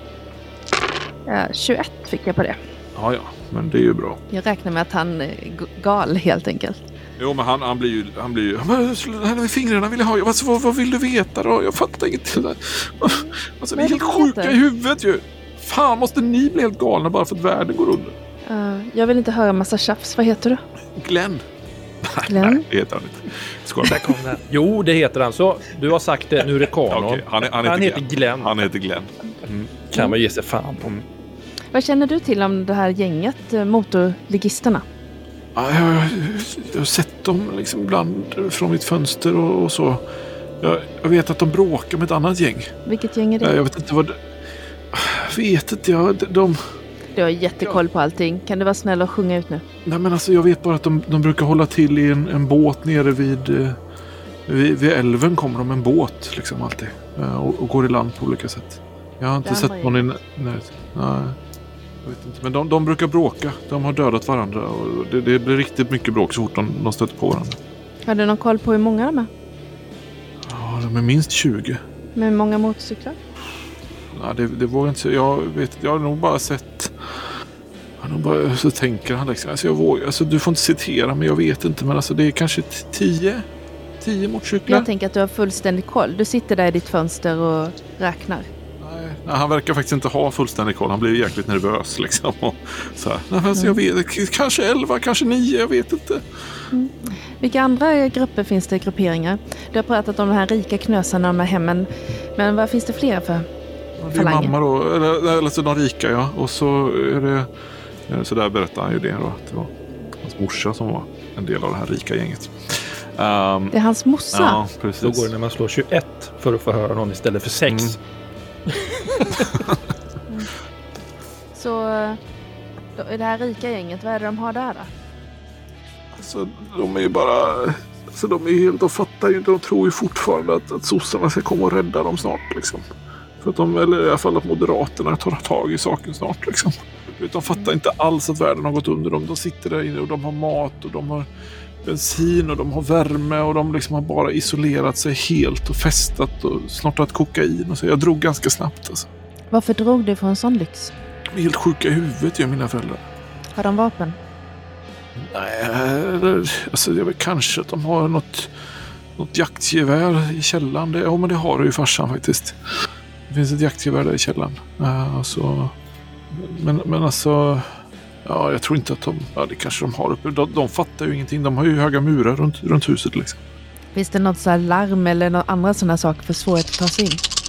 Ja, tjugoett fick jag på det. Ja, ja. Men det är ju bra. Jag räknar med att han är g- gal helt enkelt. Jo, men han, han blir ju... Han blir ju... Han bara, "Det här med fingrarna vill jag ha. Alltså, vad, vad vill du veta då? Jag fattar inget. Alltså, ni är Men helt vad sjuka heter? i huvudet ju. Fan, måste ni bli helt galna bara för att världen går under? Eh, jag vill inte höra massa tjafs. Vad heter du? Glenn. Glenn? Nej, det heter han inte. Skojar. Där kom den. Jo, det heter han. Så du har sagt det. Nu är det Ja, kanon. okej. Han, är- han, heter Han heter Glenn. Glenn. Han heter Glenn. Mm. Kan man ge sig fan på. Vad känner du till om det här gänget, eh, motorligisterna? Ja, jag, jag, jag har sett dem liksom ibland från mitt fönster och, och så. Jag, jag vet att de bråkar med ett annat gäng. Vilket gäng är det? Jag vet inte vad det... Jag vet inte, jag, de... Du har jättekoll på allting. Kan du vara snäll och sjunga ut nu? Nej, men alltså jag vet bara att de, de brukar hålla till i en, en båt nere vid, eh, vid... Vid älven kommer de med en båt liksom alltid. eh, Och, och går i land på olika sätt. Jag har inte Det sett andra någon i... Nej, nej, jag vet inte. Men de, de brukar bråka. De har dödat varandra. Och det, det blir riktigt mycket bråk så fort de, de stöter på varandra. Har du någon koll på hur många de är? Ja, de är minst tjugo. Med hur många motorcyklar? Ja, det, det vågar inte säga. Jag vet jag har nog bara sett... Jag har nog bara, så tänker han liksom. Alltså jag vågar, alltså du får inte citera men jag vet inte. Men alltså det är kanske t- tio. Tio motorcyklar. Jag tänker att du har fullständig koll. Du sitter där i ditt fönster och räknar. Nej, nej, han verkar faktiskt inte ha fullständig koll. Han blir jäkligt nervös liksom. Och så här. Nej, men alltså, jag vet, k- kanske elva, kanske nio, jag vet inte. Vilka andra grupper finns det, grupperingar? Du har pratat om de här rika knösarna med hemmen. Men vad finns det fler för? Det är Falanger. mamma då. Eller, eller så de rika, ja. Och så är det... Så där berättar han ju det då. Att det var hans morsa som var en del av det här rika gänget. Um, Det är hans morsa. ja, Då precis. går det när man slår tjugoett för att få höra någon istället för sex. Mm. Så då, i det här rika gänget, vad är det de har där då? Alltså, de är ju bara... Alltså, de är ju helt... De fattar ju inte. De tror ju fortfarande att, att sossarna ska komma och rädda dem snart, liksom. För att de... Eller i alla fall att moderaterna tar tag i saken snart, liksom. De fattar inte alls att världen har gått under dem. De sitter där inne och de har mat och de har bensin och de har värme och de liksom har bara isolerat sig helt och festat och snortat kokain. Och så. Jag drog ganska snabbt, alltså. Varför drog du för en sån lyx? De är helt sjuka i huvudet, gör mina föräldrar. Har de vapen? Nej, eller, alltså jag vet kanske att de har något, något jaktgevär i källaren. Det, ja, men det har ju farsan faktiskt. finns ett jaktgevär där i källaren. Uh, alltså, men, men alltså... Ja, jag tror inte att de... Ja, det kanske de har uppe. De, de fattar ju ingenting. De har ju höga murar runt, runt huset liksom. Finns det något så här larm eller några andra sådana saker för svårt att ta sig in?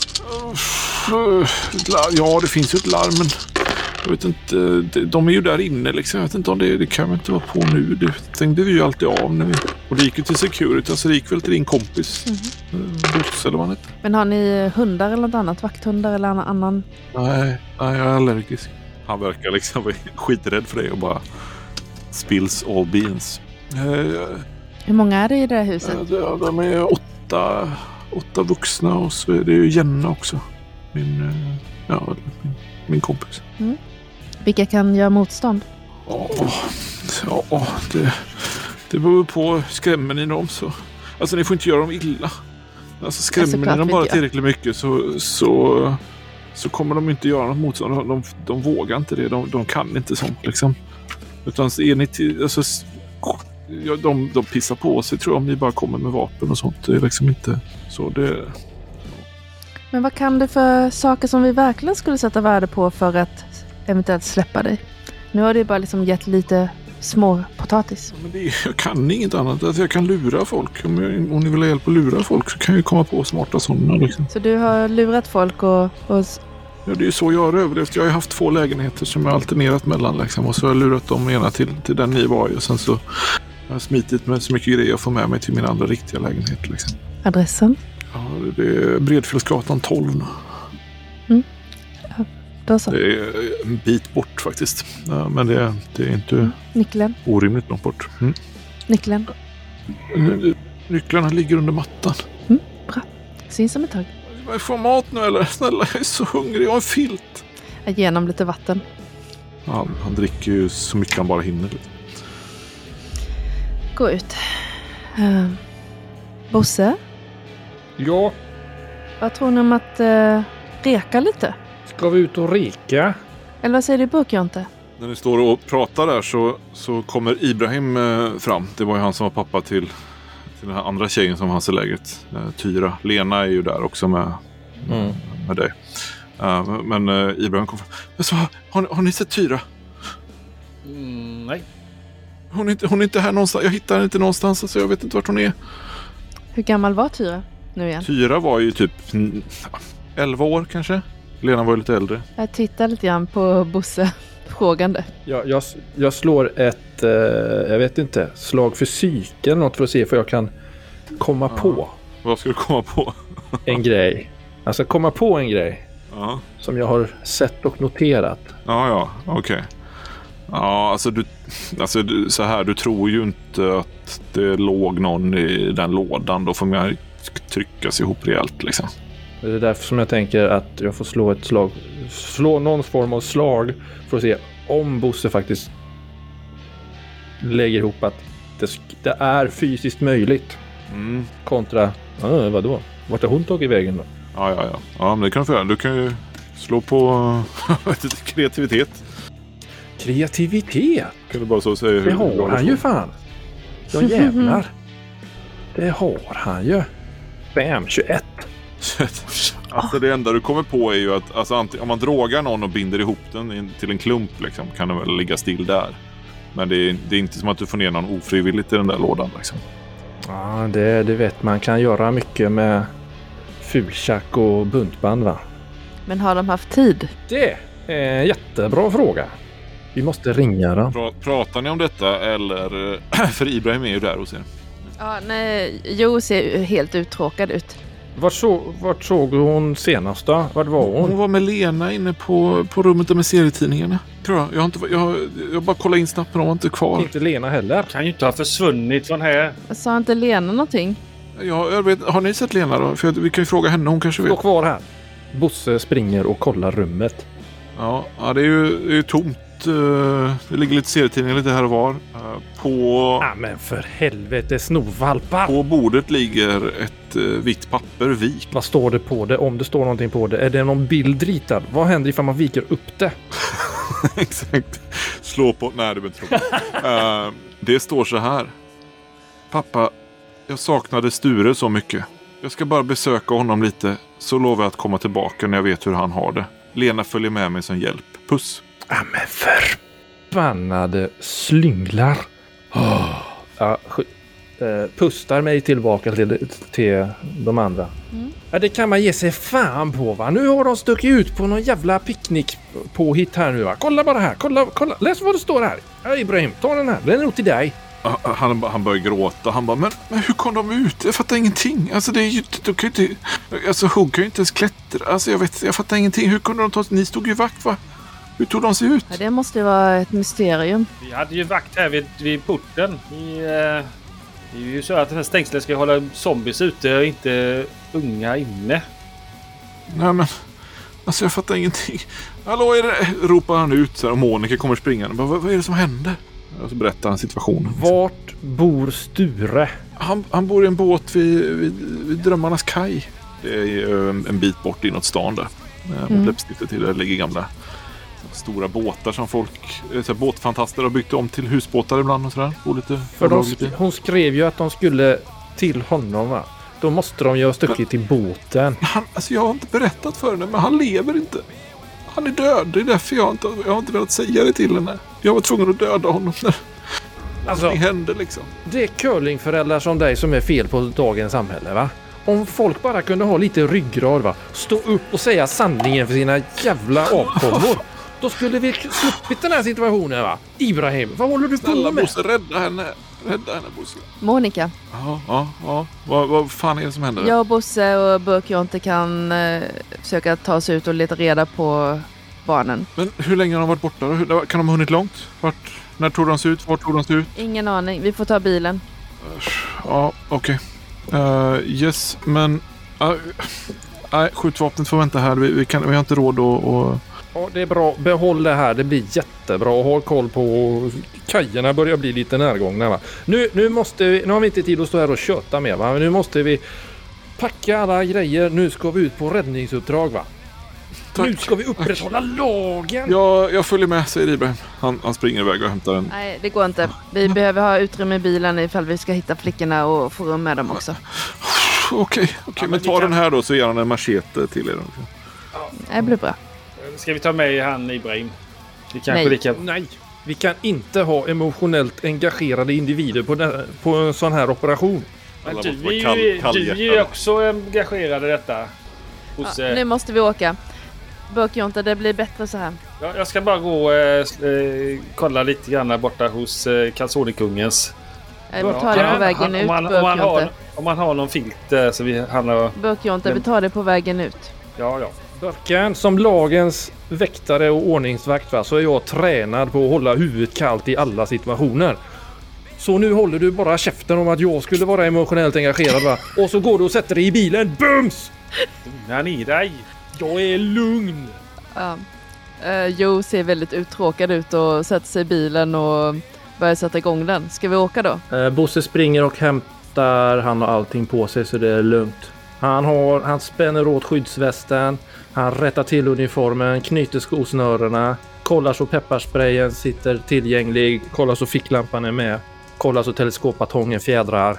Uh, ja, det finns ju ett larm, men... Jag vet inte, de är ju där inne liksom. Jag vet inte om det, det kan väl inte vara på nu. Det tänkte vi ju alltid av när vi... Och det gick ju till security, alltså det gick väl till din kompis. Mm. Buss eller vad han heter. Men har ni hundar eller något annat? Vakthundar eller någon annan? Nej, nej, jag är allergisk. Han verkar liksom vara skiträdd för det och bara spills all beans. Eh, Hur många är det i det här huset? eh, de är åtta, åtta vuxna och så är det ju Jenna också. Min, eh, ja, min, min kompis. Mm. Vilka kan göra motstånd? Ja, ja det, det beror på. Skrämmer ni dem så... Alltså ni får inte göra dem illa. Alltså skrämmer ni dem bara tillräckligt mycket så, så, så kommer de inte göra något motstånd. De, de, de vågar inte det. De, de kan inte sånt liksom. Utan är ni till... Alltså, ja, de, de pissar på sig tror jag om ni bara kommer med vapen och sånt. Det är liksom inte så det... Men vad kan det för saker som vi verkligen skulle sätta värde på för att eventuellt släppa dig? Nu har det bara liksom gett lite små potatis. Ja, men det, jag kan inget annat. Alltså jag kan lura folk. Om, jag, om ni vill ha hjälp att lura folk så kan jag komma på smarta sådana. Liksom. Så du har lurat folk och... och... Ja, det är ju så jag har överlevt. Jag har haft två lägenheter som jag har alternerat mellan. Liksom, och så har jag lurat dem ena till, till den ni var i. Och sen så har jag smitit med så mycket grejer jag får med mig till min andra riktiga lägenhet. Liksom. Adressen? Ja, det är Bredfjällsgatan tolv. Mm. Ja, då så. Det är en bit bort faktiskt. Ja, men det, det är inte mm. Nyckeln? Orimligt långt bort. Mm. Nyckeln? Nycklarna ligger under mattan. Mm, bra. Syns om ett tag. Jag får mat nu eller? Snälla, jag är så hungrig. Jag har en filt. Jag ger honom lite vatten. Ja, han dricker ju så mycket han bara hinner. Gå ut. Uh, Bosse? Ja, Vad tror ni om att uh, reka lite? ska vi ut och reka? Eller vad säger du, Burkjonte? När ni står och pratar där så, så kommer Ibrahim eh, fram. Det var ju han som var pappa till, till den här andra tjejen som fanns i lägret. Eh, Tyra. Lena är ju där också med, Mm. med dig. Uh, men uh, Ibrahim kom fram. Jag sa, har, har ni sett Tyra? Mm, nej. Hon är, inte, hon är inte här någonstans. Jag hittar henne inte någonstans. Alltså jag vet inte vart hon är. Hur gammal var Tyra nu igen? Tyra var ju typ elva år kanske. Lena var ju lite äldre. Jag tittar lite grann på Bosse frågande. Jag, jag, jag slår ett, eh, jag vet inte, slag för psyke eller något för att se för jag kan komma Ja. på Vad ska du komma på? en grej. Alltså komma på en grej Ja, som jag har sett och noterat. ja, ja okej. Okay. Ja, alltså, du, alltså du, så här, du tror ju inte att det låg någon i den lådan. Då får man tryckas ihop rejält liksom. Det är därför som jag tänker att jag får slå ett slag, slå någon form av slag för att se om Bosse faktiskt lägger ihop att det, det är fysiskt möjligt Mm. kontra, ah, vadå? Vart har hon tagit vägen då? Ja, ja, ja. Ja, men det kan du få göra. Du kan ju slå på kreativitet. Kreativitet? Kan du bara så säga hur Det har bra han du ju får. fan. Ja jävlar. Det har han ju. Bam, tjugoett. Alltså det enda du kommer på är ju att alltså, anting- om man drogar någon och binder ihop den in- till en klump liksom, kan den väl ligga still där. Men det är, det är inte som att du får ner någon ofrivilligt i den där lådan liksom. Ja, det, det vet man kan göra mycket med fulchack och buntband va? Men har de haft tid? Det är en jättebra fråga. Vi måste ringa då. Pra- pratar ni om detta eller för Ibrahim är ju där hos er. Ja, nej, Jo ser ju helt uttråkad ut. Vart, så, vart såg hon senast då? Vart var Hon hon? var med Lena inne på, på rummet där med serietidningarna. Tror jag. Jag har, inte, jag har, jag har bara kollat in snabbt men de var inte kvar. Inte Lena heller. Kan ju inte ha försvunnit från här. Sa inte Lena någonting? Ja, jag vet, har ni sett Lena då? För jag, vi kan ju fråga henne, hon kanske vet. Stå kvar här. Bosse springer och kollar rummet. Ja, ja det är ju, det är ju tomt. eh, Det ligger lite serietidningar lite här och var. Eh, På, Ja men för helvete, snorvalpar! på bordet ligger ett eh, vitt papper vik. Vad står det på det? Om det står någonting på det. Är det någon bild ritad? Vad händer ifall man viker upp det? Exakt. Slå på... Nej, det behöver inte tro. uh, Det står så här. Pappa, jag saknade Sture så mycket. Jag ska bara besöka honom lite. så lovar jag att komma tillbaka när jag vet hur han har det. Lena följer med mig som hjälp. Puss. Ja, men förbannade slynglar. Oh. Ja, eh, pustar mig tillbaka till, till de andra. Mm. Ja, det kan man ge sig fan på, va? Nu har de stuckit ut på någon jävla picknick på hit här nu, va? Kolla bara här, kolla, kolla. Läs vad det står här. Ja, Ibrahim, ta den här. Den är nog till dig. Han, han börjar gråta. Han bara, men, men hur kom de ut? Jag fattar ingenting. Alltså det är ju, du kan ju inte, alltså hon kan ju inte ens klättra. Alltså jag vet, jag fattar ingenting. Hur kunde de ta, ni stod ju vakt, va? Hur tog de sig ut? Ja, det måste ju vara ett mysterium. Vi hade ju vakt här vid, vid porten. Vi, eh, det är ju så att den här stängslen ska hålla zombies ute och inte unga inne. Nej men, alltså jag fattar ingenting. Hallå, är det? Ropar han ut så här, och Monica kommer springande. Bara, vad, vad är det som hände? Och så berättar han situationen. Vart bor Sture? Han, han bor i en båt vid, vid, vid Drömmarnas kaj. Det är en, en bit bort inåt stan där. Mm. Mot läppstiftet till där ligger gamla stora båtar som folk, så här, båtfantaster har byggt om till husbåtar ibland och sådär. Och lite För de, hon skrev ju att de skulle till honom, va? Då måste de ju ha stuckit till båten. Han, alltså jag har inte berättat för henne, men han lever inte. Han är död, det är därför jag inte, jag har inte velat säga det till henne. Jag var tvungen att döda honom när alltså, det hände liksom. Det är curlingföräldrar som dig som är fel på dagens samhälle, va? Om folk bara kunde ha lite ryggrad, va? Stå upp och säga sanningen för sina jävla avkommor. Då skulle vi sluppit den här situationen, va? Ibrahim, vad håller du på Snälla, med? Bosse, rädda henne. Rädda henne, Bosse. Monica. Ja, ja, ja. Vad, vad fan är det som händer? Jag och Bosse och Burkjonte kan eh, försöka ta oss ut och leta reda på barnen. Men hur länge har de varit borta? Hur, kan de ha hunnit långt? Vart, när tog de sig ut? Vart tog de sig ut? Ingen aning. Vi får ta bilen. Ja, okej. Okay. Uh, yes, men... Uh, nej, skjutvapnet får vänta här. Vi, vi, kan, vi har inte råd att... Och... Ja, det är bra. Behåll det här. Det blir jättebra. Ha koll på kajerna börjar bli lite närgångna, va? Nu, nu, måste vi, nu har vi inte tid att stå här och köta med, va? Nu måste vi packa alla grejer. Nu ska vi ut på räddningsuppdrag, va? Tack. Nu ska vi upprätthålla Tack. lagen. Ja, jag följer med, säger Ibrahim. Han, han springer iväg och hämtar en... Nej, det går inte. Vi behöver ha utrymme i bilen ifall vi ska hitta flickorna och få rum med dem också. Okej, okay, okay, ja, men ta kan... den här då så ger han en machete till er. Ja. Det blir bra. Ska vi ta med han Ibrahim? Vi kanske Nej. Lika... Nej, vi kan inte ha emotionellt engagerade individer på, den, på en sån här operation. Men du, vi, kall, kall du är ju också engagerad i detta. Hos, ja, nu måste vi åka. Burkjonte, det blir bättre så här. Ja, jag ska bara gå och äh, kolla lite grann borta hos äh, Calzone-kungens. Vi tar det på vägen han, ut, om, man, om, man har, om man har någon filt äh, så vi handlar... Burkjonte, vi tar det på vägen ut. Ja, ja. Burken, som lagens väktare och ordningsvakt, va, så är jag tränad på att hålla huvudet kallt i alla situationer. Så nu håller du bara käften om att jag skulle vara emotionellt engagerad, va? Och så går du och sätter dig i bilen. Bums! Lugna ner dig. Jag är lugn. Ja. Uh, Joe ser väldigt uttråkad ut och sätter sig i bilen och börjar sätta igång den. Ska vi åka då? Uh, Bosse springer och hämtar. Han har allting på sig så det är lugnt. Han, har, han spänner åt skyddsvästen. Han rättar till uniformen, knyter skosnörerna. Kollar så pepparsprayen sitter tillgänglig. Kollar så ficklampan är med. Kollar så teleskopbatongen fjädrar.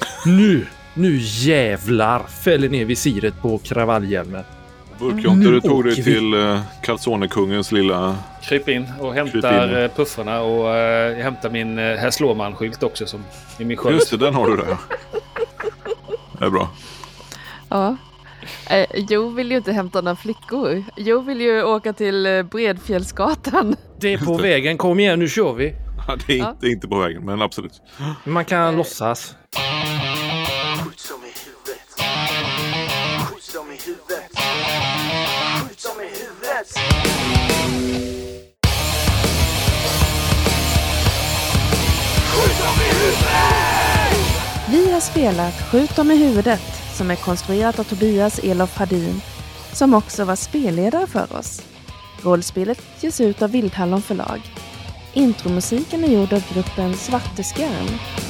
Nu, nu jävlar fäller ner visiret på kravallhjälmen. Burkjonte, du tog dig till uh, Calzone-kungens lilla... Kryp in och hämtar in. puffarna och uh, jag hämtar min uh, herr Slåman-skylt också som i min sköld. Just det, den har du där. Det är bra. Ja. Eh, Jo vill ju inte hämta några flickor. Jo vill ju åka till eh, Bredfjällsgatan. Det är på vägen, kom igen, nu kör vi. Ja, det är inte, ja. inte på vägen, men absolut. Man kan eh. låtsas. Skjut som i huvudet. Skjut som i huvudet. Skjut som i huvudet. Skjut som i huvudet. Vi har spelat Skjut dem i huvudet, som är konstruerat av Tobias Elof Hadin, som också var spelledare för oss. Rollspelet ges ut av Vildhallon förlag. Intromusiken är gjord av gruppen Svarte Skärm.